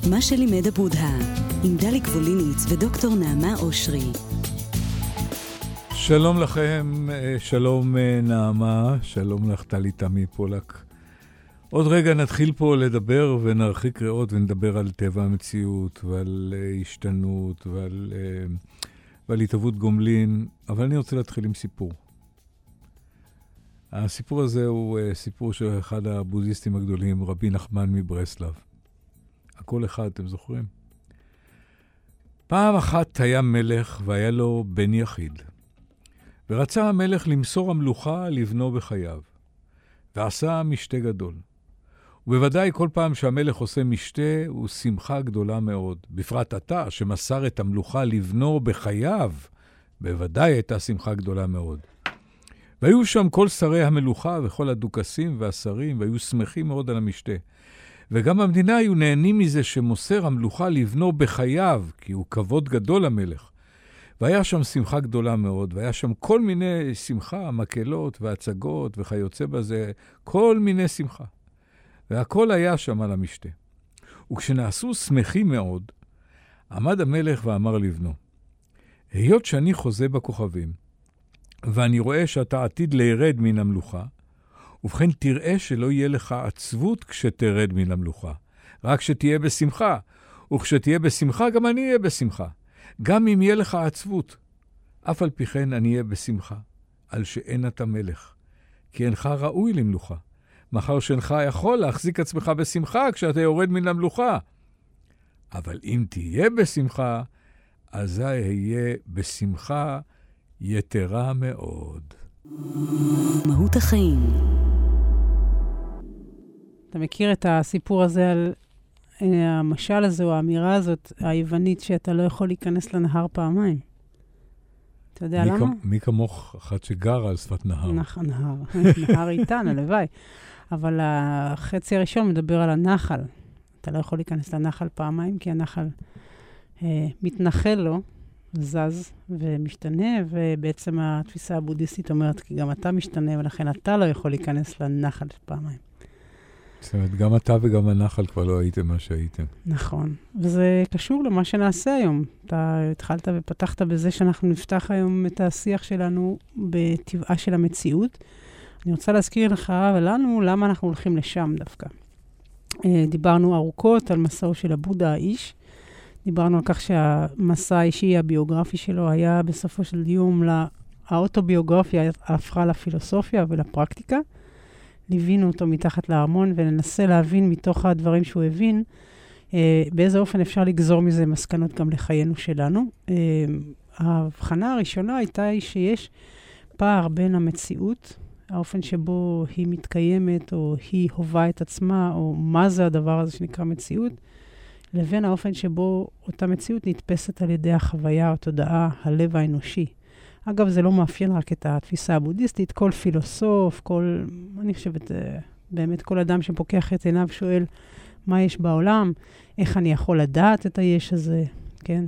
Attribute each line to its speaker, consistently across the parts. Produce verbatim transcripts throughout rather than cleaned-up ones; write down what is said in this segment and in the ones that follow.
Speaker 1: מה שלימד הבודה, עם דלי גבוליניץ ודוקטור נעמה אושרי.
Speaker 2: שלום לכם, שלום נעמה, שלום לך טלי תמי פולק. עוד רגע נתחיל פה לדבר ונרחיק ראות ונדבר על טבע המציאות ועל השתנות ועל, ועל התהוות גומלין, אבל אני רוצה להתחיל עם סיפור. הסיפור הזה הוא סיפור של אחד הבודהיסטים הגדולים, רבי נחמן מברסלב. הכל אחד, אתם זוכרים? פעם אחת היה מלך והיה לו בן יחיד. ורצה המלך למסור המלוכה לבנו בחייו. ועשה משתה גדול. ובוודאי כל פעם שהמלך עושה משתה הוא שמחה גדולה מאוד. בפרט אתה שמסר את המלוכה לבנו בחייו, בוודאי הייתה שמחה גדולה מאוד. והיו שם כל שרי המלוכה וכל הדוכסים והשרים, והיו שמחים מאוד על המשתה. וגם המדינה היו נהנים מזה שמוסר המלוכה לבנו בחייו, כי הוא כבוד גדול למלך. והיה שם שמחה גדולה מאוד, והיה שם כל מיני שמחה, מקהלות והצגות וכיוצא בזה, כל מיני שמחה. והכל היה שם על המשתה. וכשנעשו שמחים מאוד, עמד המלך ואמר לבנו, היות שאני חוזה בכוכבים, ואני רואה שאתה עתיד לירד מן המלוכה, ובכן תראה שלא יהיה לך עצבות כשתרד מן המלוכה, רק שתהיה בשמחה, וכשתהיה בשמחה גם אני אהיה בשמחה. גם אם יהיה לך עצבות, אף על פי כן אני אהיה בשמחה, על שאין אתה מלך, כי אינך ראוי למלוכה, מאחר שאינך יכול להחזיק עצמך בשמחה כשאתה יורד מן המלוכה. אבל אם תהיה בשמחה, אזי אהיה בשמחה יתרה מאוד.
Speaker 1: מהות החיים.
Speaker 3: אתה מכיר את הסיפור הזה על המשל הזה או האמירה הזאת היוונית שאתה לא יכול להיכנס לנהר פעמיים? אתה יודע
Speaker 2: מי
Speaker 3: למה?
Speaker 2: כ... מי כמוך אחת שגרה על שפת נהר?
Speaker 3: נכון, נהר. נהר איתן, הלוואי. אבל החצי הראשון מדבר על הנחל. אתה לא יכול להיכנס לנחל פעמיים, כי הנחל אה, מתנחל לו, זז ומשתנה, ובעצם התפיסה הבודהיסטית אומרת, כי גם אתה משתנה, ולכן אתה לא יכול להיכנס לנחל פעמיים.
Speaker 2: זאת אומרת, גם אתה וגם הנחל כבר לא הייתם מה שהייתם.
Speaker 3: נכון. וזה קשור למה שנעשה היום. אתה התחלת ופתחת בזה שאנחנו נפתח היום את השיח שלנו בטבעה של המציאות. אני רוצה להזכיר לך ולנו למה אנחנו הולכים לשם דווקא. דיברנו ארוכות על מסעו של הבודה האיש. דיברנו על כך שהמסע האישי הביוגרפי שלו היה בסופו של יום, האוטוביוגרפיה הפכה לפילוסופיה ולפרקטיקה. ליווינו אותו מתחת לארמון וננסה להבין מתוך הדברים שהוא הבין, אה, באיזה אופן אפשר לגזור מזה מסקנות גם לחיינו שלנו. אה, ההבחנה הראשונה הייתה שיש פער בין המציאות, האופן שבו היא מתקיימת או היא הובה את עצמה, או מה זה הדבר הזה שנקרא מציאות, לבין האופן שבו אותה מציאות נתפסת על ידי החוויה, התודעה, הלב האנושי. אגב, זה לא מאפיין רק את התפיסה הבודהיסטית, כל פילוסוף, כל, אני חושבת, באמת כל אדם שפוקח את עיניו שואל מה יש בעולם, איך אני יכול לדעת את היש הזה, כן?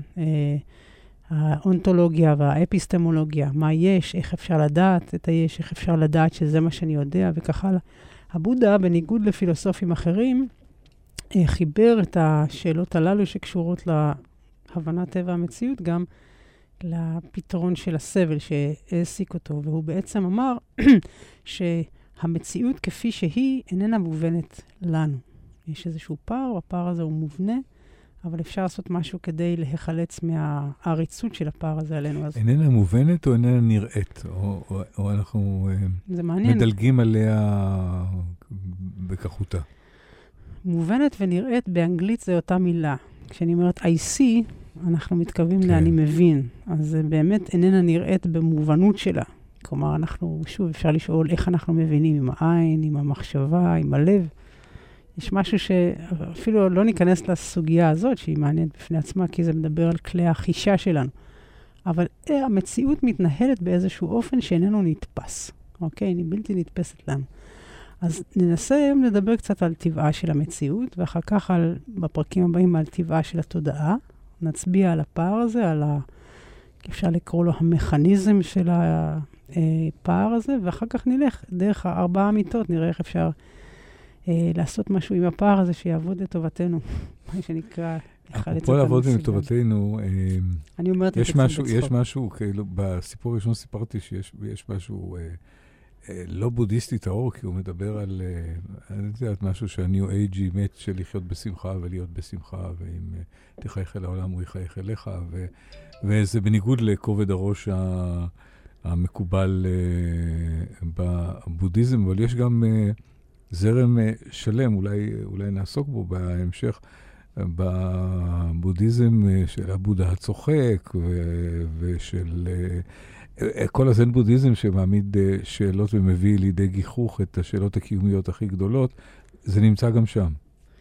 Speaker 3: האונתולוגיה והאפיסטמולוגיה, מה יש, איך אפשר לדעת את היש, איך אפשר לדעת שזה מה שאני יודע, וכך הלאה. הבודה, בניגוד לפילוסופים אחרים, חיבר את השאלות הללו שקשורות להבנת טבע המציאות, גם לפתרון של הסבל שהעסיק אותו. והוא בעצם אמר שהמציאות כפי שהיא איננה מובנת לנו. יש איזשהו פער, הפער הזה הוא מובנה, אבל אפשר לעשות משהו כדי להיחלץ מהעריצות של הפער הזה עלינו.
Speaker 2: איננה מובנת או איננה נראית? או, או, או אנחנו מדלגים עליה בכחותה? מובנת
Speaker 3: ונראית באנגלית זה אותה מילה. כשאני אומרת I see, אנחנו מתכוונים כן. לאני מבין. אז זה באמת איננה נראית במובנות שלה. כלומר, אנחנו, שוב, אפשר לשאול איך אנחנו מבינים עם העין, עם המחשבה, עם הלב. יש משהו שאפילו לא ניכנס לסוגיה הזאת, שהיא מעניינת בפני עצמה, כי זה מדבר על כלי החישה שלנו. אבל המציאות מתנהלת באיזשהו אופן שאיננו נתפס. אוקיי? היא בלתי נתפסת לנו. אז ננסה היום לדבר קצת על טבעה של המציאות, ואחר כך על, בפרקים הבאים על טבעה של התודעה. נצביע על הפער הזה, על ה... אפשר לקרוא לו המכניזם של הפער הזה, ואחר כך נלך דרך הארבעה אמיתות, נראה איך אפשר אה, לעשות משהו עם הפער הזה שיעבוד לטובתנו. מה שנקרא,
Speaker 2: אפרופו לעבוד עם טובתנו,
Speaker 3: אני אומרת
Speaker 2: יש משהו, יש משהו, כאילו, בסיפור הראשון סיפרתי שיש משהו לא בודהיסטי טהור, כי הוא מדבר על, אני יודעת, משהו שהניו אייג'י מת של לחיות בשמחה ולהיות בשמחה, ואם תחייך אל העולם הוא יחייך אליך, וזה בניגוד לכובד הראש המקובל בבודהיזם, אבל יש גם זרם שלם, אולי, אולי נעסוק בו בהמשך, בבודהיזם של הבודה הצוחק ו- ושל כל הזן בודהיזם שמעמיד שאלות ומביא לידי גיחוך את השאלות הקיומיות הכי גדולות, זה נמצא גם שם.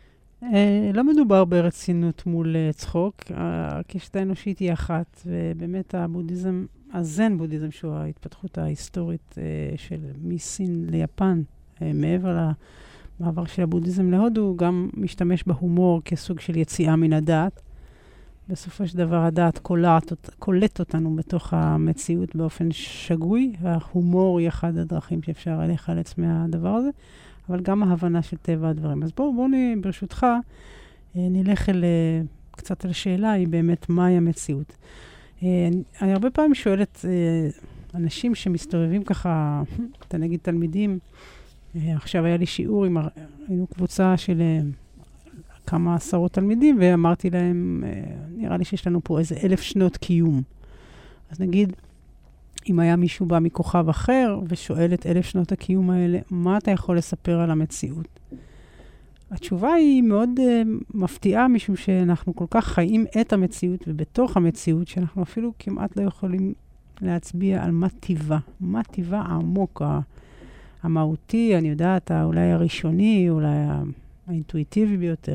Speaker 3: לא מדובר ברצינות מול צחוק, הקשת האנושית היא אחת, ובאמת הבודהיזם, הזן בודהיזם, שהוא ההתפתחות ההיסטורית של מסין ליפן, מעבר למעבר של הבודהיזם להודו, הוא גם משתמש בהומור כסוג של יציאה מן הדעת. בסופו של דבר הדעת קולט, קולט אותנו בתוך המציאות באופן שגוי, וההומור היא אחד הדרכים שאפשר להיחלץ מהדבר הזה, אבל גם ההבנה של טבע הדברים. אז בואו, בואו ברשותך, נלך אל, קצת על השאלה, היא באמת מהי המציאות. אני הרבה פעמים שואלת אנשים שמסתובבים ככה, אתה נגיד תלמידים, עכשיו היה לי שיעור, עם, היינו קבוצה של כמה עשרות תלמידים, ואמרתי להם, נראה לי שיש לנו פה איזה אלף שנות קיום. אז נגיד, אם היה מישהו בא מכוכב אחר, ושואל את אלף שנות הקיום האלה, מה אתה יכול לספר על המציאות? התשובה היא מאוד uh, מפתיעה, משום שאנחנו כל כך חיים את המציאות, ובתוך המציאות, שאנחנו אפילו כמעט לא יכולים להצביע על מה טבעה. מה טבעה העמוק, המהותי, אני יודעת, אולי הראשוני, אולי האינטואיטיבי ביותר.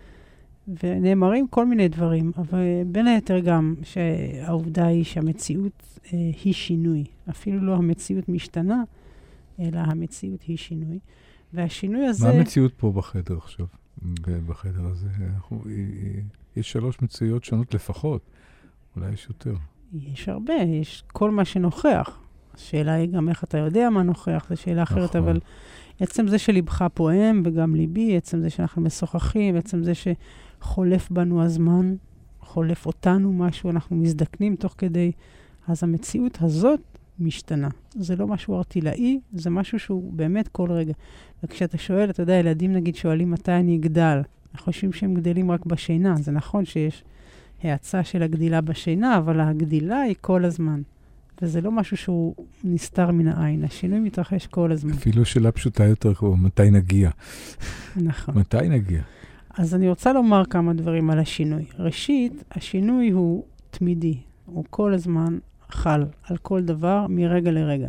Speaker 3: ונאמרים כל מיני דברים, אבל בין היתר גם שהעובדה היא שהמציאות אה, היא שינוי. אפילו לא המציאות משתנה, אלא המציאות היא שינוי. והשינוי הזה...
Speaker 2: מה המציאות פה בחדר עכשיו? בחדר הזה? אנחנו, יש שלוש מציאויות שונות לפחות. אולי יש יותר.
Speaker 3: יש הרבה, יש כל מה שנוכח. השאלה היא גם איך אתה יודע מה נוכח, זו שאלה אחרת, נכון. אבל עצם זה שלבך פועם וגם ליבי, עצם זה שאנחנו משוחחים, עצם זה שחולף בנו הזמן, חולף אותנו משהו, אנחנו מזדקנים תוך כדי, אז המציאות הזאת משתנה. זה לא משהו ארטילאי, זה משהו שהוא באמת כל רגע. וכשאתה שואל, אתה יודע, ילדים נגיד שואלים מתי אני אגדל, אנחנו חושבים שהם גדלים רק בשינה, זה נכון שיש האצה של הגדילה בשינה, אבל הגדילה היא כל הזמן. וזה לא משהו שהוא נסתר מן העין. השינוי מתרחש כל הזמן.
Speaker 2: אפילו שאלה פשוטה יותר כמו, מתי נגיע?
Speaker 3: נכון.
Speaker 2: מתי נגיע?
Speaker 3: אז אני רוצה לומר כמה דברים על השינוי. ראשית, השינוי הוא תמידי. הוא כל הזמן חל על כל דבר מרגע לרגע.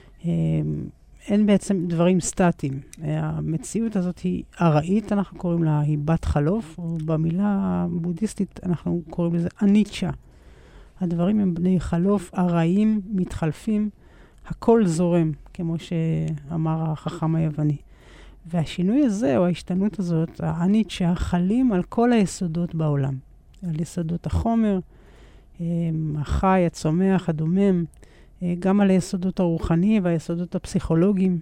Speaker 3: אין בעצם דברים סטטיים. המציאות הזאת היא ארעית, אנחנו קוראים לה, היא בת חלוף, או במילה הבודהיסטית אנחנו קוראים לזה אניצ'ה. הדברים הם בני חלוף, ארעיים, מתחלפים, הכל זורם, כמו שאמר החכם היווני. והשינוי הזה, או ההשתנות הזאת, האניצ'ה, חלים על כל היסודות בעולם. על יסודות החומר, החי, הצומח, הדומם, גם על היסודות הרוחני והיסודות הפסיכולוגיים,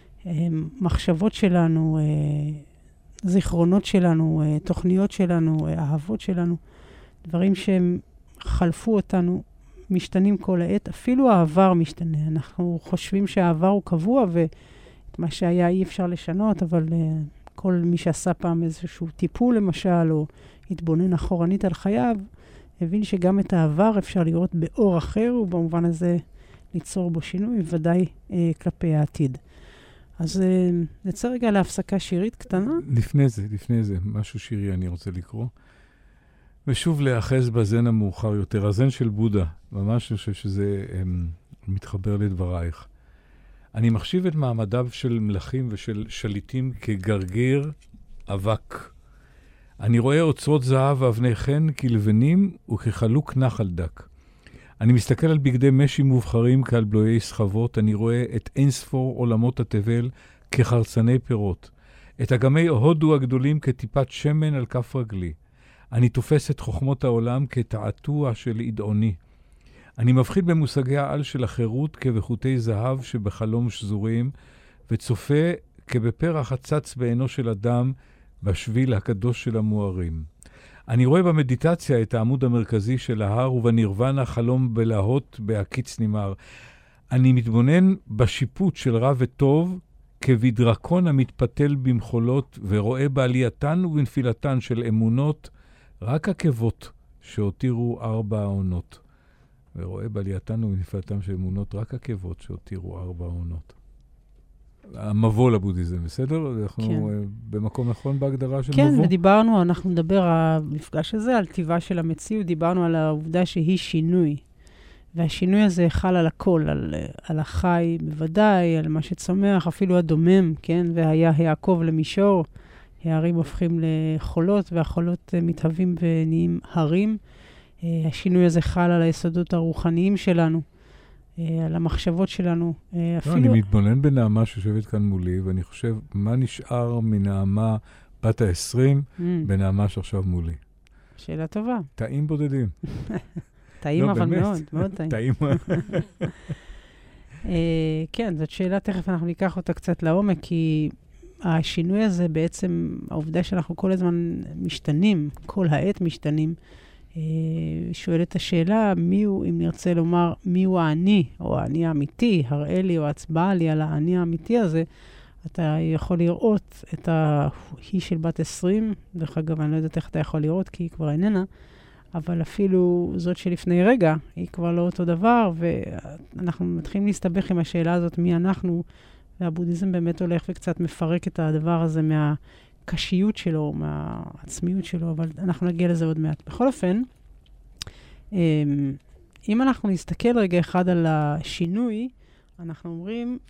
Speaker 3: מחשבות שלנו, זיכרונות שלנו, תוכניות שלנו, אהבות שלנו, דברים שהם חלפו אותנו, משתנים כל העת, אפילו העבר משתנה. אנחנו חושבים שהעבר הוא קבוע, ואת מה שהיה אי אפשר לשנות, אבל uh, כל מי שעשה פעם איזשהו טיפול למשל, או התבונן אחורנית על חייו, הבין שגם את העבר אפשר לראות באור אחר, ובמובן הזה ליצור בו שינוי, ודאי uh, כלפי העתיד. אז uh, נצא רגע להפסקה שירית קטנה.
Speaker 2: לפני זה, לפני זה, משהו שירי אני רוצה לקרוא. ושוב להאחז בזן המאוחר יותר, הזן של בודה, ממש אני חושב שזה הם, מתחבר לדברייך. אני מחשיב את מעמדיו של מלכים ושל שליטים כגרגיר אבק. אני רואה אוצרות זהב ואבני חן כלבנים וכחלוק נחל דק. אני מסתכל על בגדי משי מובחרים כעל בלויי סחבות, אני רואה את אינספור עולמות התבל כחרצני פירות, את אגמי הודו הגדולים כטיפת שמן על כף רגלי. אני תופס את חוכמות העולם כתעתוע של עדעוני. אני מבחין במושגי העל של החירות כבחוטי זהב שבחלום שזורים, וצופה כבפרח הצץ בעינו של אדם בשביל הקדוש של המוארים. אני רואה במדיטציה את העמוד המרכזי של ההר, ובנירוונה חלום בלהות בהקיץ נמהר. אני מתבונן בשיפוט של רע וטוב, כבדרקון המתפתל במחולות, ורואה בעלייתן ובנפילתן של אמונות, רק עקבות שהותירו ארבע העונות. ורואה בעלייתן ובנפילתן של אמונות, רק עקבות שהותירו ארבע העונות. המבוא לבודהיזם, בסדר? אנחנו כן. במקום נכון בהגדרה של
Speaker 3: כן,
Speaker 2: מבוא?
Speaker 3: כן, ודיברנו, אנחנו נדבר המפגש הזה על טבעה של המציאות, דיברנו על העובדה שהיא שינוי. והשינוי הזה חל על הכל, על, על החי בוודאי, על מה שצומח, אפילו הדומם, כן? והיה העקוב למישור, הערים הופכים לחולות, והחולות מתהווים ונהיים הרים. השינוי הזה חל על היסודות הרוחניים שלנו, על המחשבות שלנו.
Speaker 2: אפילו... לא, אני מתבונן בנעמה שיושבת כאן מולי, ואני חושב, מה נשאר מנעמה בת ה-עשרים mm. בנעמה שעכשיו מולי?
Speaker 3: שאלה טובה.
Speaker 2: תאים בודדים.
Speaker 3: טעים,
Speaker 2: לא,
Speaker 3: אבל
Speaker 2: באמת.
Speaker 3: מאוד, מאוד טעים.
Speaker 2: טעים.
Speaker 3: כן, זאת שאלה, תכף אנחנו ניקח אותה קצת לעומק, כי השינוי הזה בעצם, העובדה שאנחנו כל הזמן משתנים, כל העת משתנים, שואל את השאלה, מי הוא, אם נרצה לומר, מי הוא האני, או האני האמיתי, הראה לי או הצבעה לי על האני האמיתי הזה, אתה יכול לראות את ההיא של בת עשרים, דרך אגב, אני לא יודעת איך אתה יכול לראות, כי היא כבר איננה, אבל אפילו זאת שלפני רגע, היא כבר לא אותו דבר, ואנחנו מתחילים להסתבך עם השאלה הזאת, מי אנחנו, והבודהיזם באמת הולך וקצת מפרק את הדבר הזה מהקשיות שלו, מהעצמיות שלו, אבל אנחנו נגיע לזה עוד מעט. בכל אופן, אם אנחנו נסתכל רגע אחד על השינוי, אנחנו אומרים,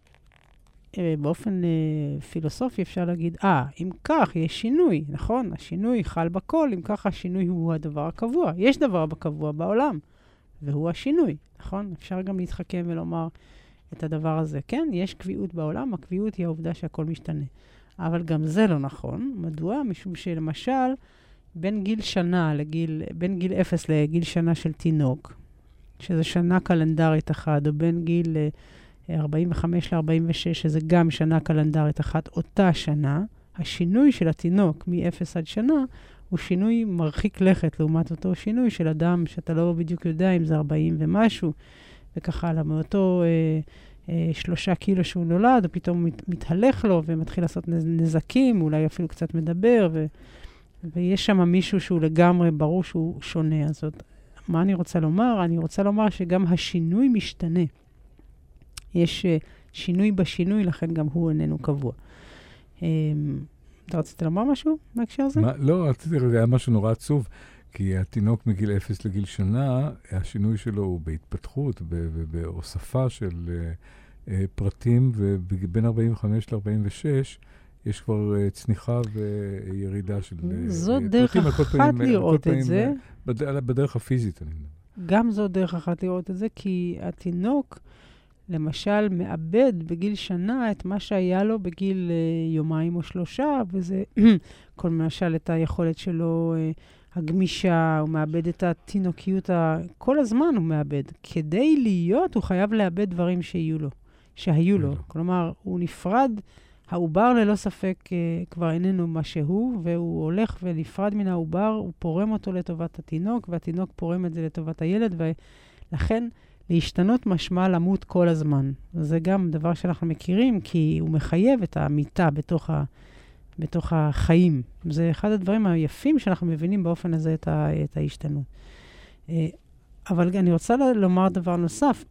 Speaker 3: באופן פילוסופי אפשר להגיד, אה, אם כך, יש שינוי, נכון? השינוי חל בכל, אם כך השינוי הוא הדבר הקבוע. יש דבר בקבוע בעולם, והוא השינוי, נכון? אפשר גם להתחכם ולומר את הדבר הזה. כן, יש קביעות בעולם, הקביעות היא העובדה שהכל משתנה. אבל גם זה לא נכון. מדוע? משום שלמשל, בין גיל שנה לגיל, בין גיל אפס לגיל שנה של תינוק, שזה שנה קלנדרית אחת, או בין גיל ארבעים וחמש ל-ארבעים ושש, שזה גם שנה קלנדרית אחת, אותה שנה, השינוי של התינוק מ-אפס עד שנה, הוא שינוי מרחיק לכת, לעומת אותו שינוי של אדם שאתה לא בדיוק יודע אם זה ארבעים ומשהו, וככה הלאה, מאותו אה, אה, שלושה קילו שהוא נולד, הוא פתאום מת, מתהלך לו ומתחיל לעשות נזקים, אולי אפילו קצת מדבר, ו, ויש שם מישהו שהוא לגמרי ברור שהוא שונה. אז זאת, מה אני רוצה לומר? אני רוצה לומר שגם השינוי משתנה. יש uh, שינוי בשינוי, לכן גם הוא איננו קבוע. Um, אתה רצית לומר משהו בהקשר הזה?
Speaker 2: מה, לא, רציתי, זה היה משהו נורא עצוב, כי התינוק מגיל אפס לגיל שנה, השינוי שלו הוא בהתפתחות, בהוספה של uh, uh, פרטים, ובין ארבעים וחמש ל-ארבעים ושש, יש כבר uh, צניחה וירידה של uh,
Speaker 3: זאת דרך אחת לראות את זה.
Speaker 2: בד... בדרך הפיזית, אני מדבר.
Speaker 3: גם זאת דרך אחת לראות את זה, כי התינוק, למשל, מאבד בגיל שנה את מה שהיה לו בגיל uh, יומיים או שלושה, וזה כל למשל את היכולת שלו, uh, הגמישה, הוא מאבד את התינוקיות, ה... כל הזמן הוא מאבד. כדי להיות, הוא חייב לאבד דברים שיהיו לו, שהיו לו. כלומר, הוא נפרד, העובר ללא ספק uh, כבר איננו מה שהוא, והוא הולך ונפרד מן העובר, הוא פורם אותו לטובת התינוק, והתינוק פורם את זה לטובת הילד, ולכן להשתנות משמע למות כל הזמן. זה גם דבר שאנחנו מכירים, כי הוא מחייב את המיטה בתוך, ה, בתוך החיים. זה אחד הדברים היפים שאנחנו מבינים באופן הזה את, ה, את ההשתנות. אבל אני רוצה לומר דבר נוסף.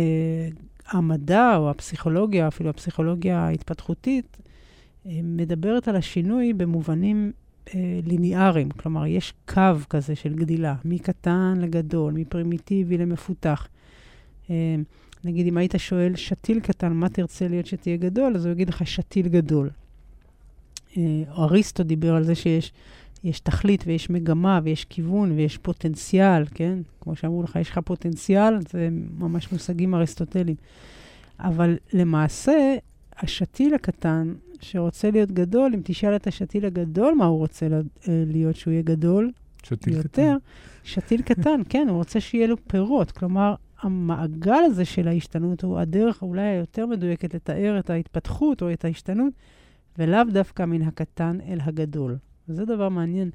Speaker 3: המדע או הפסיכולוגיה, אפילו הפסיכולוגיה ההתפתחותית, מדברת על השינוי במובנים ליניאריים. כלומר, יש קו כזה של גדילה, מקטן לגדול, מפרימיטיבי למפותח. נגיד, אם היית שואל שתיל קטן, מה תרצה להיות שתהיה גדול? אז הוא יגיד לך שתיל גדול. אריסטו דיבר על זה שיש יש תכלית ויש מגמה ויש כיוון ויש פוטנציאל, כן? כמו שאמרו לך, יש לך פוטנציאל, זה ממש מושגים אריסטוטליים. אבל למעשה, השתיל הקטן שרוצה להיות גדול, אם תשאל את השתיל הגדול מה הוא רוצה להיות שהוא יהיה גדול,
Speaker 2: שתיל
Speaker 3: יותר,
Speaker 2: קטן.
Speaker 3: שתיל קטן, כן, הוא רוצה שיהיה לו פירות. כלומר, המעגל הזה של ההשתנות הוא הדרך אולי היותר מדויקת לתאר את ההתפתחות או את ההשתנות, ולאו דווקא מן הקטן אל הגדול. וזה דבר מעניין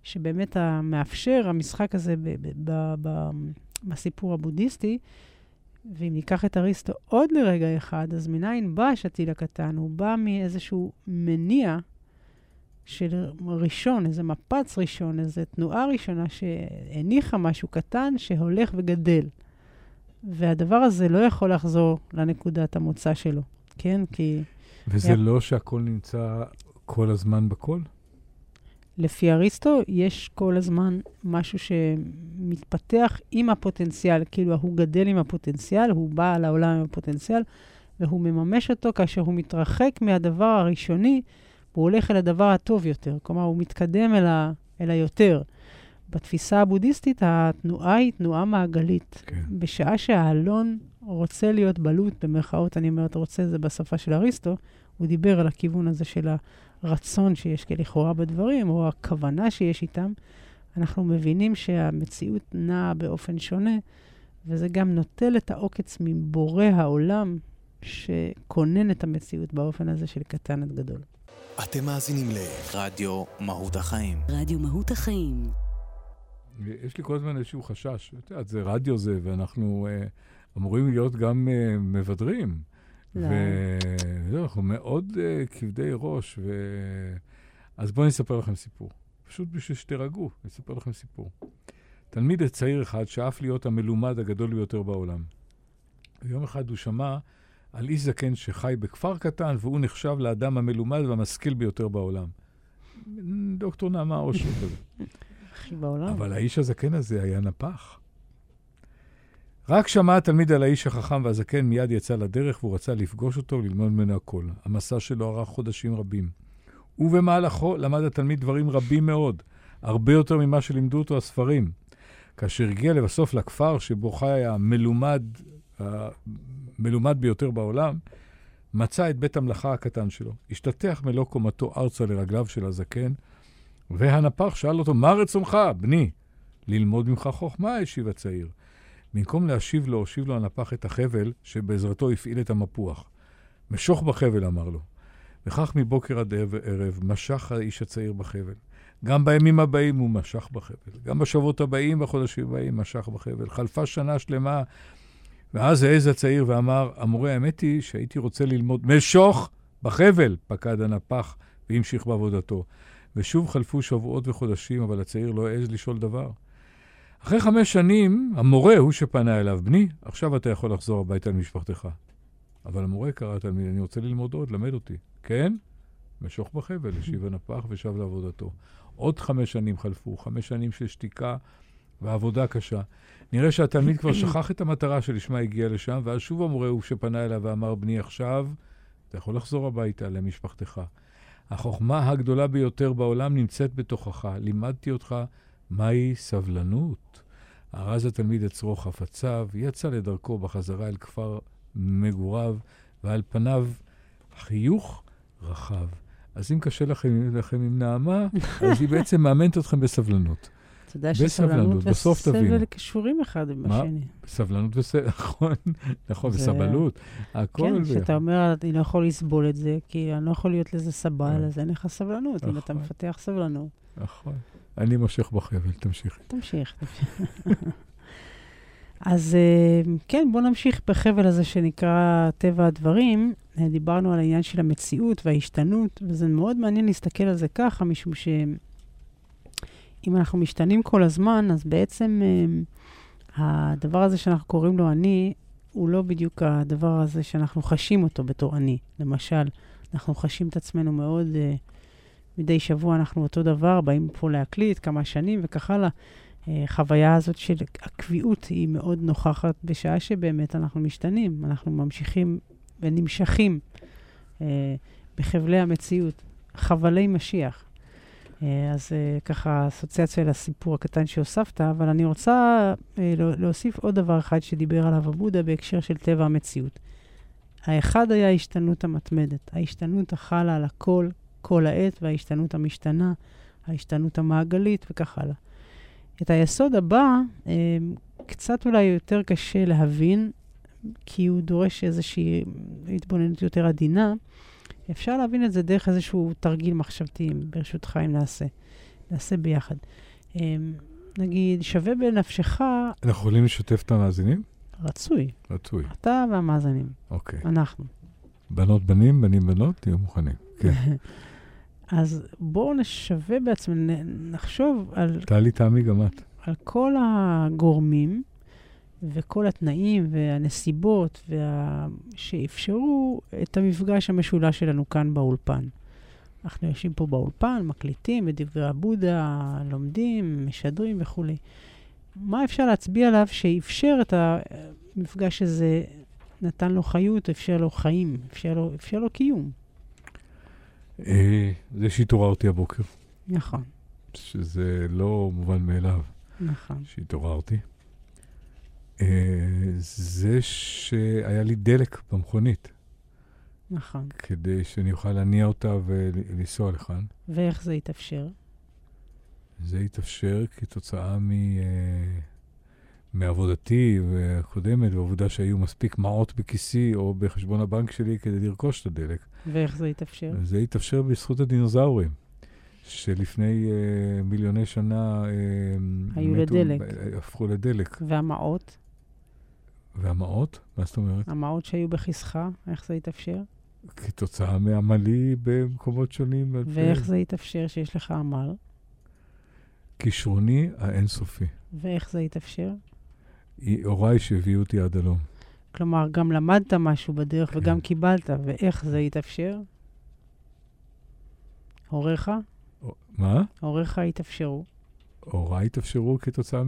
Speaker 3: שבאמת המאפשר, המשחק הזה ב- ב- ב- ב- בסיפור הבודהיסטי, ואם ניקח את אריסטו עוד לרגע אחד, אז מניין בא השתיל הקטן, הוא בא מאיזשהו מניע של ראשון, איזה מפץ ראשון, איזו תנועה ראשונה שהניחה משהו קטן שהולך וגדל. והדבר הזה לא יכול לחזור לנקודת המוצא שלו, כן? כי...
Speaker 2: וזה היה... לא שהכל נמצא כל הזמן בכל?
Speaker 3: לפי אריסטו, יש כל הזמן משהו שמתפתח עם הפוטנציאל, כאילו הוא גדל עם הפוטנציאל, הוא בא לעולם עם הפוטנציאל, והוא מממש אותו כאשר הוא מתרחק מהדבר הראשוני, הוא הולך אל הדבר הטוב יותר, כלומר הוא מתקדם אל, ה... אל היותר. בתפיסה הבודהיסטית, התנועה היא תנועה מעגלית. כן. בשעה שהאלון רוצה להיות בלוט, במרכאות אני אומרת, רוצה זה בשפה של אריסטו, הוא דיבר על הכיוון הזה של הרצון שיש כלכאורה בדברים, או הכוונה שיש איתם. אנחנו מבינים שהמציאות נעה באופן שונה, וזה גם נוטל את העוקץ מבורא העולם, שכונן את המציאות באופן הזה של קטן עד גדול.
Speaker 4: אתם מאזינים לרדיו מהות החיים.
Speaker 1: רדיו מהות החיים.
Speaker 2: יש לי כל הזמן איזשהו חשש. את יודעת, זה רדיו זה, ואנחנו אה, אמורים להיות גם אה, מבדרים. לא. ואנחנו מאוד אה, כבדי ראש. ו... אז בואו נספר לכם סיפור. פשוט בשביל שתרגעו, נספר לכם סיפור. תלמיד צעיר אחד שאף להיות המלומד הגדול ביותר בעולם. ויום אחד הוא שמע על איש זקן שחי בכפר קטן, והוא נחשב לאדם המלומד והמשכיל ביותר בעולם. דוקטור נעמה אושרי כזה.
Speaker 3: הכי בעולם.
Speaker 2: אבל האיש הזקן הזה היה נפח. רק שמע התלמיד על האיש החכם והזקן, מיד יצא לדרך, והוא רצה לפגוש אותו וללמוד ממנו הכל. המסע שלו ארך חודשים רבים. ובמהלכו למד התלמיד דברים רבים מאוד, הרבה יותר ממה שלימדו אותו הספרים. כאשר הגיע לבסוף לכפר שבו חי המלומד, המלומד ביותר בעולם, מצא את בית המלאכה הקטן שלו. השתתח מלוא קומתו ארצה לרגליו של הזקן, והנפח שאל אותו, מה רצונך, בני? ללמוד ממך חוכמה, השיב הצעיר. במקום להשיב לו, השיב לו הנפח את החבל, שבעזרתו הפעיל את המפוח. משוך בחבל, אמר לו. וכך מבוקר עד ערב משך האיש הצעיר בחבל. גם בימים הבאים הוא משך בחבל. גם בשבועות הבאים והחודשים הבאים משך בחבל. חלפה שנה שלמה, ואז העז הצעיר ואמר, המורה, האמת היא שהייתי רוצה ללמוד משוך בחבל, פקד הנפח והמשיך בעבודתו. ושוב חלפו שבועות וחודשים, אבל הצעיר לא העז לשאול דבר. אחרי חמש שנים, המורה הוא שפנה אליו, בני, עכשיו אתה יכול לחזור הביתה למשפחתך. אבל המורה קרא תלמיד, אני רוצה ללמוד עוד, למד אותי. כן? משוך בחבל, השיב הנפח ושב לעבודתו. עוד חמש שנים חלפו, חמש שנים של שתיקה ועבודה קשה. נראה שהתלמיד כבר שכח את המטרה שלשמה הגיע לשם, ואז שוב המורה הוא שפנה אליו ואמר, בני, עכשיו אתה יכול לחזור הביתה למשפחתך. החוכמה הגדולה ביותר בעולם נמצאת בתוכך. לימדתי אותך מהי סבלנות. ארז התלמיד את צרור חפציו, יצא לדרכו בחזרה אל כפר מגוריו, ועל פניו חיוך רחב. אז אם קשה לכם, לכם עם נעמה, אז היא בעצם מאמנת אתכם בסבלנות.
Speaker 3: אתה יודע שסבלנות וסבל קשורים אחד עם השני.
Speaker 2: סבלנות וסבל, נכון, נכון, וסבלות.
Speaker 3: כן, שאתה אומר, אני לא יכול לסבול את זה, כי אני לא יכול להיות לזה סבל, אז אין לך סבלנות, אם אתה מפתח סבלנות.
Speaker 2: נכון. אני מושך בחבל, תמשיך.
Speaker 3: תמשיך, תמשיך. אז כן, בוא נמשיך בחבל הזה שנקרא טבע הדברים. דיברנו על העניין של המציאות וההשתנות, וזה מאוד מעניין להסתכל על זה ככה, משום שאם אנחנו משתנים כל הזמן, אז בעצם הדבר הזה שאנחנו קוראים לו אני, הוא לא בדיוק הדבר הזה שאנחנו חשים אותו בתור אני. למשל, אנחנו חשים את עצמנו מאוד, מדי שבוע אנחנו אותו דבר, באים פה להקליט כמה שנים וכך הלאה. חוויה הזאת של הקביעות היא מאוד נוכחת בשעה שבאמת אנחנו משתנים, אנחנו ממשיכים ונמשכים אה, בחבלי המציאות, חבלי משיח. אה, אז אה, ככה אסוציאציה לסיפור הקטן שהוספת, אבל אני רוצה אה, להוסיף עוד דבר אחד שדיבר עליו הבודה בהקשר של טבע המציאות. האחד היה ההשתנות המתמדת, ההשתנות החלה על הכל, כל העת, וההשתנות המשתנה, ההשתנות המעגלית וכך הלאה. את היסוד הבא, אה, קצת אולי יותר קשה להבין, כי הוא דורש איזושהי התבוננות יותר עדינה. אפשר להבין את זה דרך איזשהו תרגיל מחשבתי, ברשותך אם נעשה. נעשה ביחד. נגיד, שווה בנפשך...
Speaker 2: אנחנו יכולים לשתף את המאזינים?
Speaker 3: רצוי.
Speaker 2: רצוי.
Speaker 3: אתה והמאזינים.
Speaker 2: אוקיי.
Speaker 3: אנחנו.
Speaker 2: בנות בנים, בנים בנות, תהיו מוכנים. כן.
Speaker 3: אז בואו נשווה בעצמנו, נחשוב על...
Speaker 2: תעלי תעמי גם את.
Speaker 3: על כל הגורמים וכל התנאים והנסיבות וה... שאפשרו את המפגש המשולש שלנו כאן באולפן. אנחנו יושבים פה באולפן, מקליטים את דברי הבודה, לומדים, משדרים וכו'. מה אפשר להצביע עליו שאפשר את המפגש הזה, נתן לו חיות, אפשר לו חיים, אפשר לו, אפשר לו קיום?
Speaker 2: זה שהתעוררה אותי הבוקר.
Speaker 3: נכון.
Speaker 2: שזה לא מובן מאליו.
Speaker 3: נכון.
Speaker 2: שהתעוררתי. זה שהיה לי דלק במכונית.
Speaker 3: נכון.
Speaker 2: כדי שאני אוכל להניע אותה ולנסוע לכאן.
Speaker 3: ואיך זה יתאפשר?
Speaker 2: זה יתאפשר כתוצאה מ... מעבודתי הקודמת, ועבודה שהיו מספיק מעות בכיסי או בחשבון הבנק שלי כדי לרכוש את הדלק.
Speaker 3: ואיך זה יתאפשר?
Speaker 2: זה יתאפשר בזכות הדינוזאורים, שלפני uh, מיליוני שנה uh,
Speaker 3: היו
Speaker 2: מתו,
Speaker 3: לדלק.
Speaker 2: הפכו לדלק.
Speaker 3: והמעות?
Speaker 2: והמעות? מה זאת אומרת?
Speaker 3: המעות שהיו בכיסך, איך זה יתאפשר?
Speaker 2: כתוצאה מעמלי במקומות שונים.
Speaker 3: ואיך זה יתאפשר שיש לך עמל?
Speaker 2: כישרוני האינסופי.
Speaker 3: ואיך זה יתאפשר?
Speaker 2: הוריי שהביאו אותי עד הלום.
Speaker 3: כלומר, גם למדת משהו בדרך כן. וגם קיבלת, ואיך זה יתאפשר? הוריך?
Speaker 2: מה?
Speaker 3: הוריך יתאפשרו.
Speaker 2: הוריי התאפשרו כתוצאה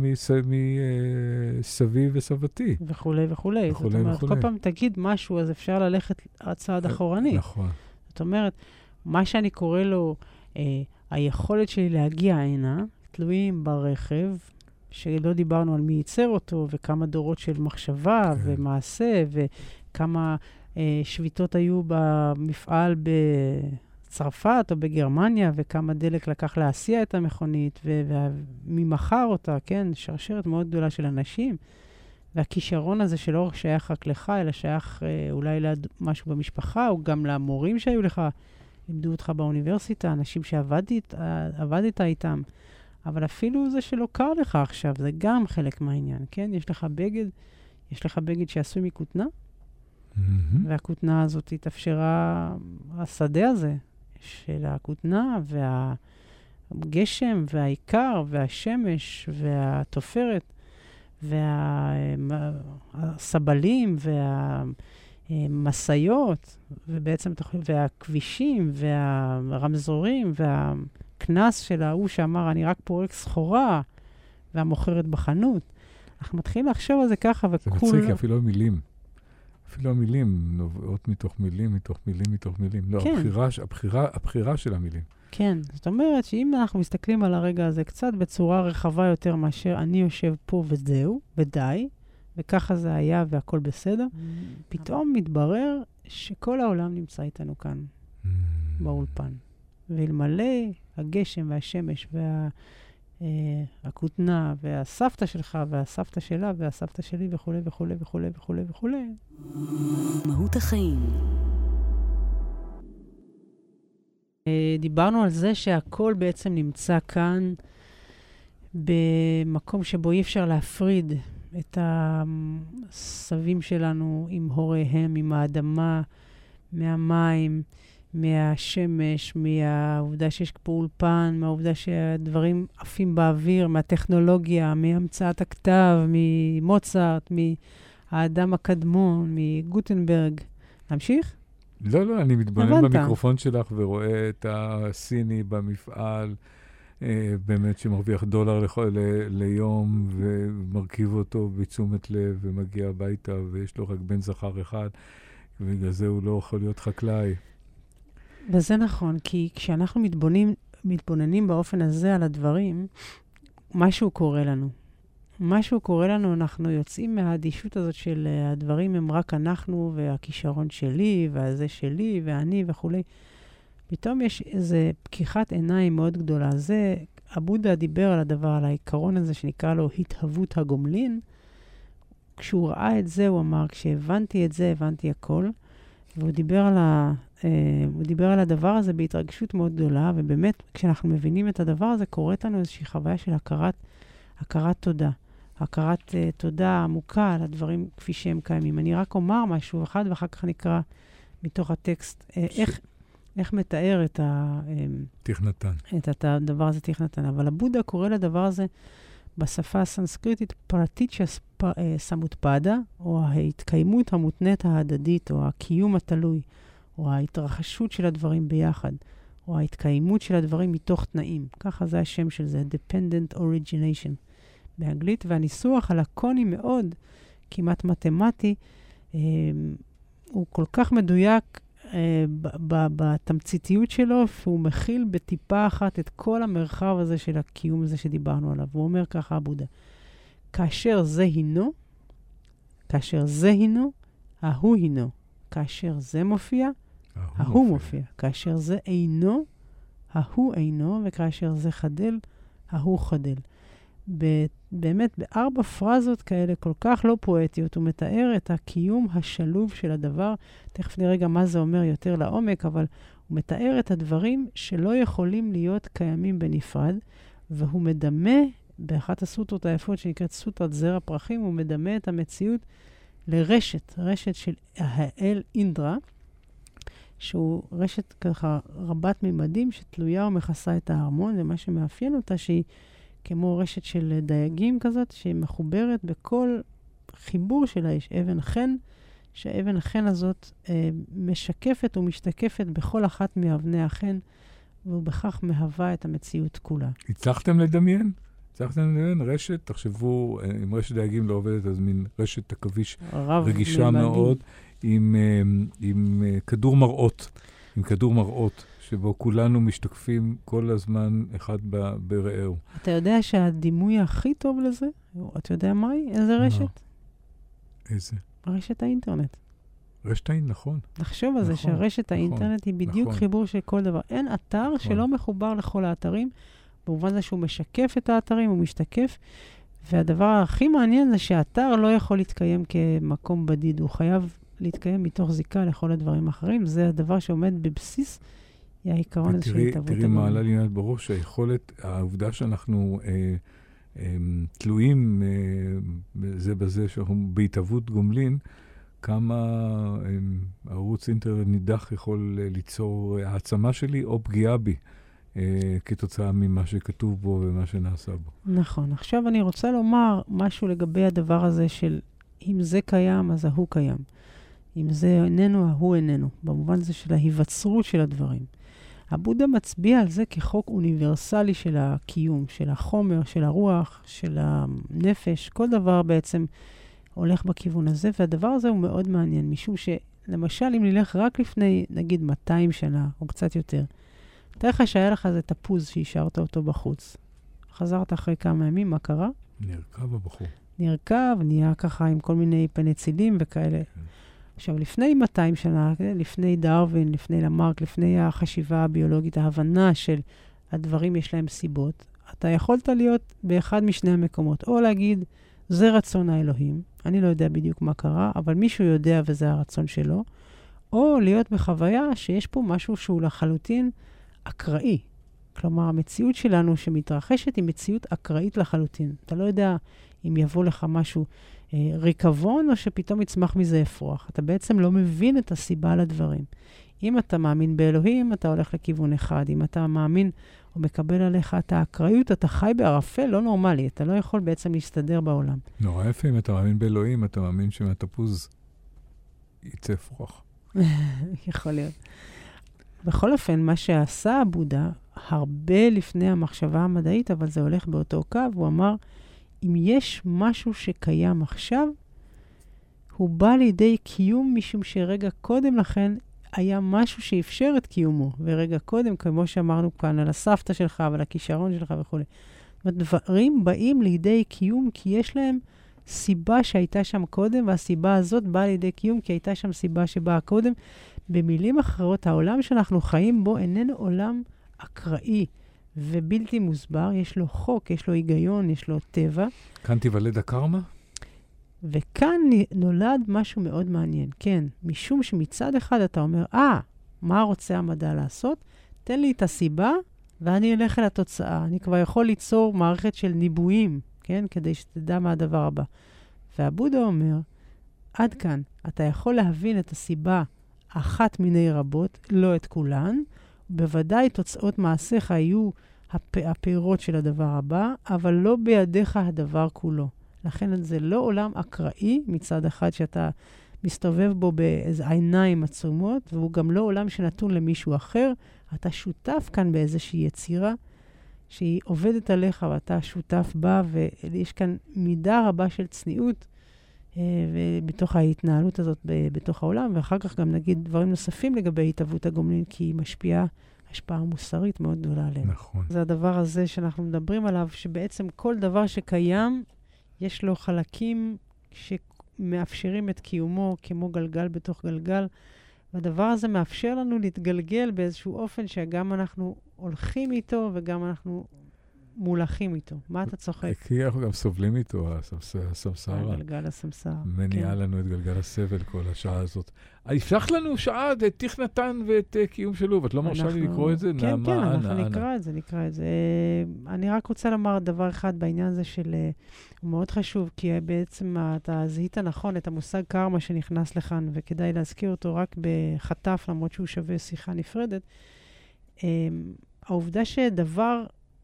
Speaker 2: מסבי וסבתי.
Speaker 3: וכולי וכולי.
Speaker 2: וכולי
Speaker 3: זאת אומרת,
Speaker 2: וכולי.
Speaker 3: כל פעם תגיד משהו, אז אפשר ללכת הצעד אחורני.
Speaker 2: נכון.
Speaker 3: זאת אומרת, מה שאני קורא לו, אה, היכולת שלי להגיע הנה, תלויים ברכב, שלא דיברנו על מי ייצר אותו, וכמה דורות של מחשבה כן. ומעשה, וכמה אה, שביתות היו במפעל בצרפת או בגרמניה, וכמה דלק לקח להסיע את המכונית, ומי מכר אותה, כן? שרשרת מאוד גדולה של אנשים. והכישרון הזה שלא שייך רק לך, אלא שייך אה, אולי למשהו במשפחה, או גם למורים שהיו לך, לימדו אותך באוניברסיטה, אנשים שעבדת עבדת איתם. אבל אפילו זה שלא קר לך עכשיו, זה גם חלק מהעניין, כן? יש לך בגד, יש לך בגד שעשוי מכותנה, mm-hmm. והכותנה הזאת התאפשרה, השדה הזה של הכותנה, והגשם, והעיקר, והשמש, והתופרת, והסבלים, והמסעיות, ובעצם, והכבישים, והרמזורים, וה... כנס של ההוא שאמר, אני רק פורק סחורה, והמוכרת בחנות. אנחנו מתחילים לחשוב על זה ככה, וכול...
Speaker 2: זה מצחיק, אפילו המילים. אפילו המילים נובעות מתוך מילים, מתוך מילים, מתוך מילים. לא, כן. הבחירה, הבחירה, הבחירה של המילים.
Speaker 3: כן, זאת אומרת שאם אנחנו מסתכלים על הרגע הזה קצת בצורה רחבה יותר מאשר אני יושב פה וזהו, ודי, וככה זה היה והכל בסדר, פתאום מתברר שכל העולם נמצא איתנו כאן, באולפן. ואלמלא הגשם והשמש והכותנה והסבתא שלך והסבתא שלה והסבתא שלי וכו' וכו' וכו' וכו' וכו'.
Speaker 1: מהות החיים.
Speaker 3: דיברנו על זה שהכל בעצם נמצא כאן במקום שבו אי אפשר להפריד את הסבים שלנו עם הוריהם, עם האדמה, מהמים, מהשמש, מהעובדה שיש פה אולפן, מהעובדה שהדברים עפים באוויר, מהטכנולוגיה, מהמצאת הכתב, ממוצרט, מהאדם הקדמון, מגוטנברג. להמשיך?
Speaker 2: לא, לא, אני מתבונן במיקרופון שלך ורואה את הסיני במפעל, אה, באמת שמרוויח דולר לכ... ל... ליום ומרכיב אותו בתשומת לב ומגיע הביתה ויש לו רק בן זכר אחד, ובגלל זה הוא לא יכול להיות חקלאי.
Speaker 3: וזה נכון, כי כשאנחנו מתבוננים, מתבוננים באופן הזה על הדברים, משהו קורה לנו. משהו קורה לנו, אנחנו יוצאים מהאדישות הזאת של הדברים הם רק אנחנו והכישרון שלי והזה שלי ואני וכו'. פתאום יש איזו פקיחת עיניים מאוד גדולה. זה, הבודה דיבר על הדבר, על העיקרון הזה שנקרא לו התהוות הגומלין. כשהוא ראה את זה, הוא אמר, כשהבנתי את זה, הבנתי הכל. והוא דיבר על הוא דיבר על הדבר הזה בהתרגשות מאוד גדולה, ובאמת, כשאנחנו מבינים את הדבר הזה, קורית לנו איזושהי חוויה של הכרת, הכרת תודה. הכרת uh, תודה עמוקה על הדברים כפי שהם קיימים. אני רק אומר משהו אחד, ואחר כך נקרא מתוך הטקסט, uh, ש... איך, איך מתאר את, ה,
Speaker 2: תכנתן.
Speaker 3: את הדבר הזה תכנתן. אבל הבודה קורא לדבר הזה בשפה הסנסקריטית פרטיצ'ה סמוטפדה, או ההתקיימות המותנית ההדדית, או הקיום התלוי, או ההתרחשות של הדברים ביחד, או ההתקיימות של הדברים מתוך תנאים. ככה זה השם של זה, Dependent Origination. באנגלית, והניסוח הלקוני מאוד, כמעט מתמטי, אה, הוא כל כך מדויק אה, ב- ב- בתמציתיות שלו, שהוא מכיל בטיפה אחת את כל המרחב הזה של הקיום הזה שדיברנו עליו. הוא אומר ככה, הבודה, כאשר זה הינו, כאשר זה הינו, ההוא הינו. כאשר זה מופיע, ההוא מופיע. כאשר זה אינו, ההוא אינו, וכאשר זה חדל, ההוא חדל. באמת, בארבע פרזות כאלה כל כך לא פואטיות, הוא מתאר את הקיום השלוב של הדבר. תכף נראה גם מה זה אומר יותר לעומק, אבל הוא מתאר את הדברים שלא יכולים להיות קיימים בנפרד, והוא מדמה, באחת הסוטרות היפות שנקראת סוטרת זרע פרחים, הוא מדמה את המציאות לרשת, רשת של האל אינדרה, שהוא רשת ככה רבת ממדים שתלויה ומכסה את ההרמון, ומה שמאפיין אותה שהיא כמו רשת של דייגים כזאת, שהיא מחוברת בכל חיבור שלה, יש אבן חן, שהאבן החן הזאת אה, משקפת ומשתקפת בכל אחת מאבני החן, ובכך מהווה את המציאות כולה.
Speaker 2: הצלחתם לדמיין? הצלחתם לדמיין רשת, תחשבו, אם רשת דייגים לא עובדת, אז מין רשת עכביש רגישה מאוד, עם, עם כדור מראות, עם כדור מראות. שבו כולנו משתקפים כל הזמן אחד ברעהו.
Speaker 3: אתה יודע שהדימוי הכי טוב לזה, אתה יודע מהי? איזה רשת?
Speaker 2: איזה?
Speaker 3: רשת האינטרנט.
Speaker 2: רשת האינטרנט, נכון.
Speaker 3: נחשוב על זה שרשת האינטרנט היא בדיוק חיבור של כל דבר. אין אתר שלא מחובר לכל האתרים, במובן זה שהוא משקף את האתרים, הוא משתקף, והדבר הכי מעניין זה שהאתר לא יכול להתקיים כמקום בדיד, הוא חייב להתקיים מתוך זיקה לכל הדברים האחרים. זה הדבר שעומד בבסיס היא העיקרון הזה של התאבות.
Speaker 2: תראי מה עלה לי מעט בראש, היכולת, העובדה שאנחנו אה, אה, תלויים אה, זה בזה, שאנחנו בהתאבות גומלין, כמה אה, ערוץ אינטרנט נידח יכול אה, ליצור העצמה שלי או פגיעה בי, אה, כתוצאה ממה שכתוב בו ומה שנעשה בו.
Speaker 3: נכון. עכשיו אני רוצה לומר משהו לגבי הדבר הזה של אם זה קיים, אז ההוא קיים. אם זה איננו, ההוא איננו. במובן זה של ההיווצרות של הדברים. הבודה מצביע על זה כחוק אוניברסלי של הקיום, של החומר, של הרוח, של הנפש. כל דבר בעצם הולך בכיוון הזה, והדבר הזה הוא מאוד מעניין, משום שלמשל, אם נלך רק לפני, נגיד, מאתיים שנה, או קצת יותר, תראה לך שהיה לך איזה תפוז שהשארת אותו בחוץ. חזרת אחרי כמה ימים, מה קרה?
Speaker 2: נרכב הבחור.
Speaker 3: נרכב, נהיה ככה עם כל מיני פניצילים וכאלה. כן. עכשיו, לפני מאתיים שנה, לפני דרווין, לפני למרק, לפני החשיבה הביולוגית, ההבנה של הדברים יש להם סיבות, אתה יכולת להיות באחד משני המקומות, או להגיד, זה רצון האלוהים, אני לא יודע בדיוק מה קרה, אבל מישהו יודע וזה הרצון שלו, או להיות בחוויה שיש פה משהו שהוא לחלוטין אקראי. כלומר, המציאות שלנו שמתרחשת היא מציאות אקראית לחלוטין. אתה לא יודע אם יבוא לך משהו אה, ריקבון, או שפתאום יצמח מזה אפרוח. אתה בעצם לא מבין את הסיבה לדברים. אם אתה מאמין באלוהים, אתה הולך לכיוון אחד. אם אתה מאמין או מקבל עליך את האקראיות, אתה חי בערפל לא נורמלי. אתה לא יכול בעצם להסתדר בעולם.
Speaker 2: נורא יפה, אם אתה מאמין באלוהים, אתה מאמין שמהתפוז יצא אפרוח.
Speaker 3: יכול להיות. בכל אופן, מה שעשה הבודה, הרבה לפני המחשבה המדעית, אבל זה הולך באותו קו, הוא אמר, אם יש משהו שקיים עכשיו, הוא בא לידי קיום, משום שרגע קודם לכן היה משהו שאפשר את קיומו, ורגע קודם, כמו שאמרנו כאן, על הסבתא שלך ועל הכישרון שלך וכו'. דברים באים לידי קיום כי יש להם סיבה שהייתה שם קודם, והסיבה הזאת באה לידי קיום כי הייתה שם סיבה שבאה קודם. במילים אחרות, העולם שאנחנו חיים בו איננו עולם אקראי ובלתי מוסבר, יש לו חוק, יש לו היגיון, יש לו טבע.
Speaker 2: כאן תיוולד הקרמה?
Speaker 3: וכאן נולד משהו מאוד מעניין, כן, משום שמצד אחד אתה אומר, אה, מה רוצה המדע לעשות? תן לי את הסיבה, ואני אלך אל התוצאה. אני כבר יכול ליצור מערכת של ניבויים, כן? כדי שתדע מה הדבר הבא. והבודה אומר, עד כאן, אתה יכול להבין את הסיבה אחת מיני רבות, לא את כולן, בוודאי תוצאות מעשיך יהיו הפ... הפירות של הדבר הבא, אבל לא בידיך הדבר כולו. לכן זה לא עולם אקראי מצד אחד שאתה מסתובב בו באיזה עיניים עצומות, והוא גם לא עולם שנתון למישהו אחר. אתה שותף כאן באיזושהי יצירה שהיא עובדת עליך ואתה שותף בה, ויש כאן מידה רבה של צניעות בתוך ההתנהלות הזאת בתוך העולם, ואחר כך גם נגיד דברים נוספים לגבי התהוות הגומלין, כי היא משפיעה השפעה מוסרית מאוד גדולה עליהם.
Speaker 2: נכון.
Speaker 3: זה הדבר הזה שאנחנו מדברים עליו, שבעצם כל דבר שקיים, יש לו חלקים שמאפשרים את קיומו כמו גלגל בתוך גלגל, והדבר הזה מאפשר לנו להתגלגל באיזשהו אופן שגם אנחנו הולכים איתו וגם אנחנו מולכים איתו. מה אתה צוחק?
Speaker 2: כי אנחנו גם סובלים איתו, הסמסרה.
Speaker 3: גלגל הסמסרה.
Speaker 2: מניעה לנו את גלגל הסבל כל השעה הזאת. הפשח לנו שעה את תיך נתן ואת קיום שלו, ואת לא מרשה לי לקרוא את זה?
Speaker 3: כן, כן, אנחנו נקרא את זה, נקרא את זה. אני רק רוצה לומר דבר אחד בעניין הזה של, הוא מאוד חשוב, כי בעצם אתה זיהית נכון את המושג קרמה שנכנס לכאן, וכדאי להזכיר אותו רק בחטף, למרות שהוא שווה שיחה נפרדת. העובדה שדבר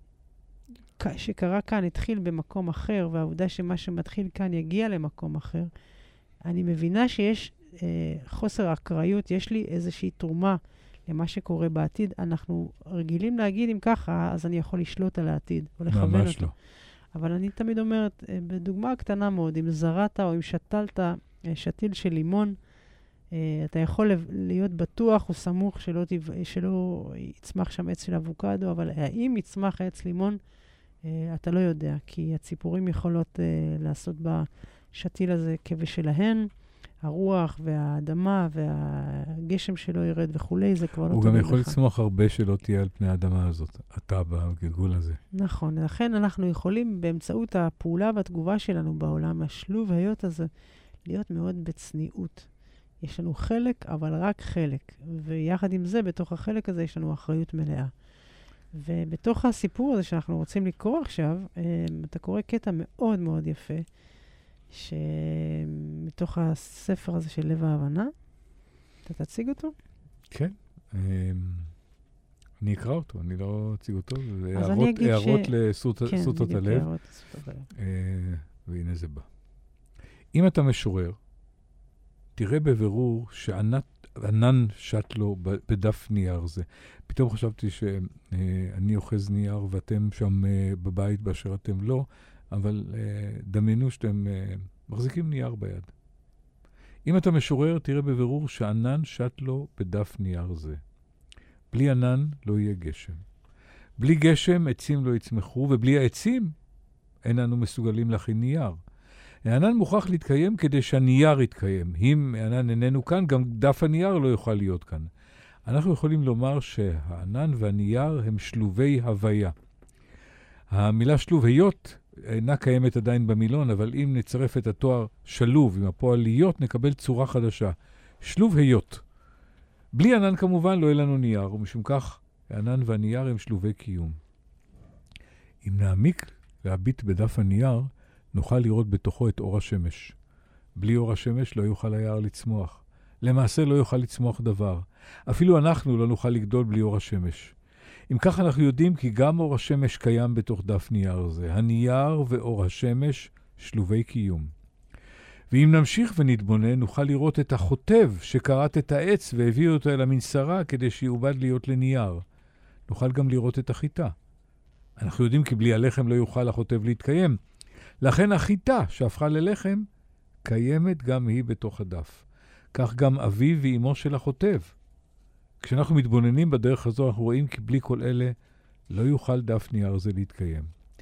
Speaker 3: שקרה כאן התחיל במקום אחר, והעובדה שמה שמתחיל כאן יגיע למקום אחר, אני מבינה שיש אה, חוסר אקראיות, יש לי איזושהי תרומה למה שקורה בעתיד. אנחנו רגילים להגיד, אם ככה, אז אני יכול לשלוט על העתיד, או לכוון אותו.
Speaker 2: ממש לא.
Speaker 3: אבל אני תמיד אומרת, אה, בדוגמה קטנה מאוד, אם זרעת או אם שתלת אה, שתיל של לימון, אה, אתה יכול להיות בטוח או סמוך שלא, שלא יצמח שם עץ של אבוקדו, אבל האם יצמח עץ לימון, אתה לא יודע, כי הציפורים יכולות uh, לעשות בשתיל הזה כבשלהן, הרוח והאדמה והגשם שלו ירד וכולי, זה כבר לא תמיד לך.
Speaker 2: הוא גם יכול לצמוח הרבה שלא תהיה על פני האדמה הזאת, אתה בגלגול הזה.
Speaker 3: נכון, לכן אנחנו יכולים באמצעות הפעולה והתגובה שלנו בעולם, השלוב היות הזה, להיות מאוד בצניעות. יש לנו חלק, אבל רק חלק, ויחד עם זה, בתוך החלק הזה יש לנו אחריות מלאה. ובתוך הסיפור הזה שאנחנו רוצים לקרוא עכשיו, אתה קורא קטע מאוד מאוד יפה, שמתוך הספר הזה של לב ההבנה, אתה תציג אותו?
Speaker 2: כן. אני אקרא אותו, אני לא אציג אותו. זה הערות לסוטות הלב. והנה זה בא. אם אתה משורר, תראה בבירור שענת ענן שט לו בדף נייר זה. פתאום חשבתי שאני אוחז נייר ואתם שם בבית באשר אתם לא, אבל דמיינו שאתם מחזיקים נייר ביד. אם אתה משורר, תראה בבירור שענן שט לו בדף נייר זה. בלי ענן לא יהיה גשם. בלי גשם עצים לא יצמחו, ובלי העצים אין אנו מסוגלים להכין נייר. הענן מוכרח להתקיים כדי שהנייר יתקיים. אם הענן איננו כאן, גם דף הנייר לא יוכל להיות כאן. אנחנו יכולים לומר שהענן והנייר הם שלובי הוויה. המילה שלוב היות אינה קיימת עדיין במילון, אבל אם נצרף את התואר שלוב עם הפועל להיות, נקבל צורה חדשה. שלוב היות. בלי ענן כמובן לא יהיה לנו נייר, ומשום כך הענן והנייר הם שלובי קיום. אם נעמיק להביט בדף הנייר, נוכל לראות בתוכו את אור השמש. בלי אור השמש לא יוכל היער לצמוח. למעשה לא יוכל לצמוח דבר. אפילו אנחנו לא נוכל לגדול בלי אור השמש. אם כך אנחנו יודעים כי גם אור השמש קיים בתוך דף נייר זה. הנייר ואור השמש שלובי קיום. ואם נמשיך ונתבונן, נוכל לראות את החוטב שקראת את העץ והביא אותו אל המנסרה כדי שיעובד להיות לנייר. נוכל גם לראות את החיטה. אנחנו יודעים כי בלי הלחם לא יוכל החוטב להתקיים. לכן החיטה שהפכה ללחם קיימת גם היא בתוך הדף. כך גם אביו ואימו של החוטב. כשאנחנו מתבוננים בדרך הזו, אנחנו רואים כי בלי כל אלה לא יוכל דף נייר זה להתקיים.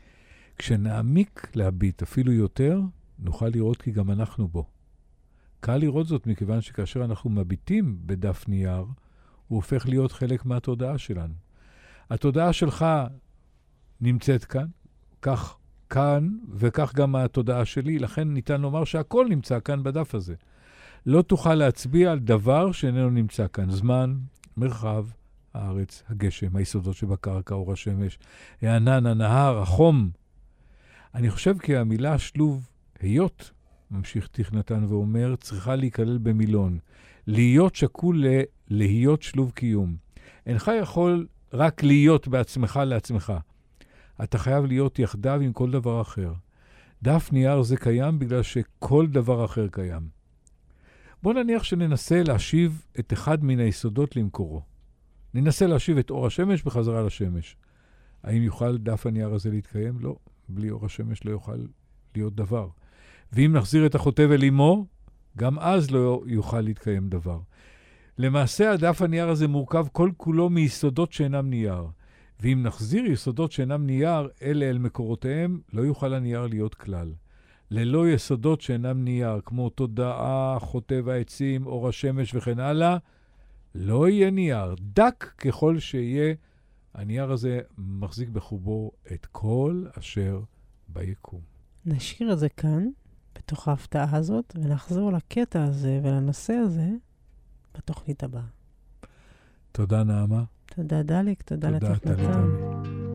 Speaker 2: כשנעמיק להביט אפילו יותר, נוכל לראות כי גם אנחנו בו. קל לראות זאת מכיוון שכאשר אנחנו מביטים בדף נייר, הוא הופך להיות חלק מהתודעה שלנו. התודעה שלך נמצאת כאן, כך כאן, וכך גם התודעה שלי, לכן ניתן לומר שהכל נמצא כאן בדף הזה. לא תוכל להצביע על דבר שאיננו נמצא כאן. זמן, מרחב, הארץ, הגשם, היסודות שבקרקע, אור השמש, הענן, הנהר, החום. אני חושב כי המילה שלוב היות, ממשיך תכנתן ואומר, צריכה להיכלל במילון. להיות שקול ל- להיות שלוב קיום. אינך יכול רק להיות בעצמך לעצמך. אתה חייב להיות יחדיו עם כל דבר אחר. דף נייר זה קיים בגלל שכל דבר אחר קיים. בוא נניח שננסה להשיב את אחד מן היסודות למקורו. ננסה להשיב את אור השמש בחזרה לשמש. האם יוכל דף הנייר הזה להתקיים? לא. בלי אור השמש לא יוכל להיות דבר. ואם נחזיר את החוטב אל אמו, גם אז לא יוכל להתקיים דבר. למעשה הדף הנייר הזה מורכב כל כולו מיסודות שאינם נייר. ואם נחזיר יסודות שאינם נייר, אלה אל מקורותיהם, לא יוכל הנייר להיות כלל. ללא יסודות שאינם נייר, כמו תודעה, חוטב העצים, אור השמש וכן הלאה, לא יהיה נייר. דק ככל שיהיה, הנייר הזה מחזיק בחובו את כל אשר ביקום.
Speaker 3: נשאיר את זה כאן, בתוך ההפתעה הזאת, ונחזור לקטע הזה ולנושא הזה בתוכנית הבאה.
Speaker 2: תודה נעמה.
Speaker 3: תודה דליק, תודה
Speaker 2: לתכנתה.
Speaker 3: לתכנתה.